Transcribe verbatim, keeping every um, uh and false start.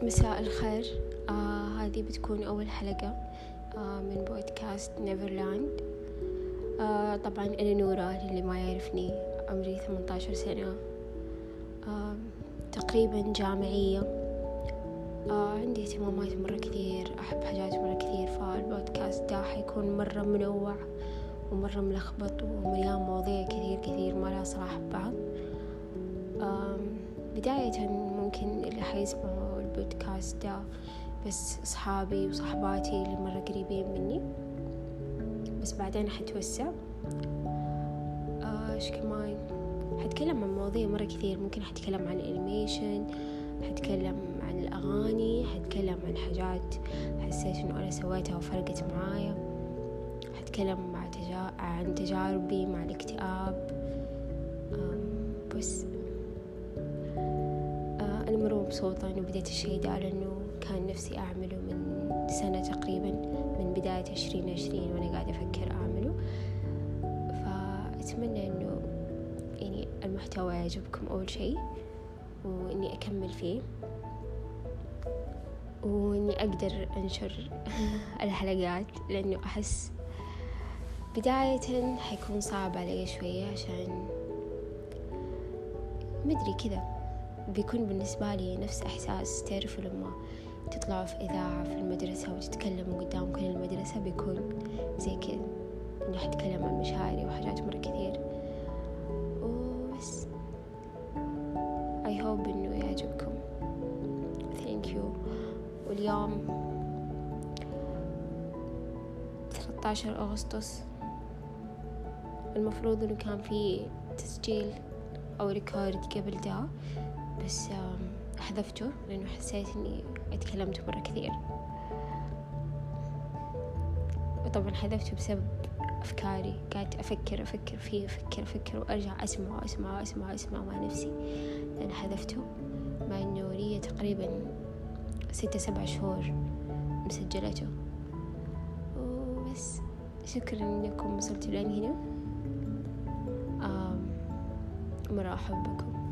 مساء الخير. آه هذه بتكون أول حلقة آه من بودكاست نيفرلاند. آه طبعا أنا نورة، اللي ما يعرفني عمري ثمانية عشر سنة، آه تقريبا جامعية. آه عندي اهتمامات مرة كثير، أحب حاجات مرة كثير، فالبودكاست ده حيكون مرة منوع ومرة ملخبط ومليان مواضيع كثير كثير ما لها صلاح ببعض. آه بداية ممكن اللي حيسمعوا البودكاست ده بس أصحابي وصحباتي اللي مرة قريبين مني، بس بعدين حتوسع. إيش آه كمان حتكلم عن مواضيع مرة كثير. ممكن حتكلم عن الانيميشن، حتكلم عن الأغاني، حتكلم عن حاجات حسيت إنه أنا سويتها وفرقت معايا، حتكلم مع تجا... عن تجاربي مع الاكتئاب. بس آه أنا مرة مبسوطة إنه بديت الشيء ده، لأنه كان نفسي أعمله من سنة تقريبا، من بداية عشرين عشرين وأنا قاعدة أفكر أعمله. فأتمنى إنه يعني المحتوى يعجبكم أول شيء، وإني أكمل فيه، وإني أقدر أنشر الحلقات، لأنه أحس بداية حيكون صعب علي شوية، عشان مدري كذا بيكون بالنسبة لي نفس إحساس تعرفوا لما تطلعوا في إذاعة في المدرسة وتتكلموا قدام كل المدرسة، بيكون زي كذا، إني حتكلم عن مشاعري وحاجات مرة كثير. وبس I hope إنه يعجبكم. Thank you. واليوم ثلاثة عشر أغسطس، المفروض إنه كان في تسجيل أو ريكورد قبل ده، بس حذفته لأنه حسيت إني اتكلمت مرة كثير. وطبعا حذفته بسبب أفكاري، قاعدة أفكر أفكر فيه أفكر أفكر وأرجع أسمع وأسمع وأسمع وأسمع مع نفسي، لأن حذفته مع إنه لي تقريبا ستة سبع شهور مسجلته. وبس شكرا إنكم وصلتوا لين هنا. مرة أحبكم.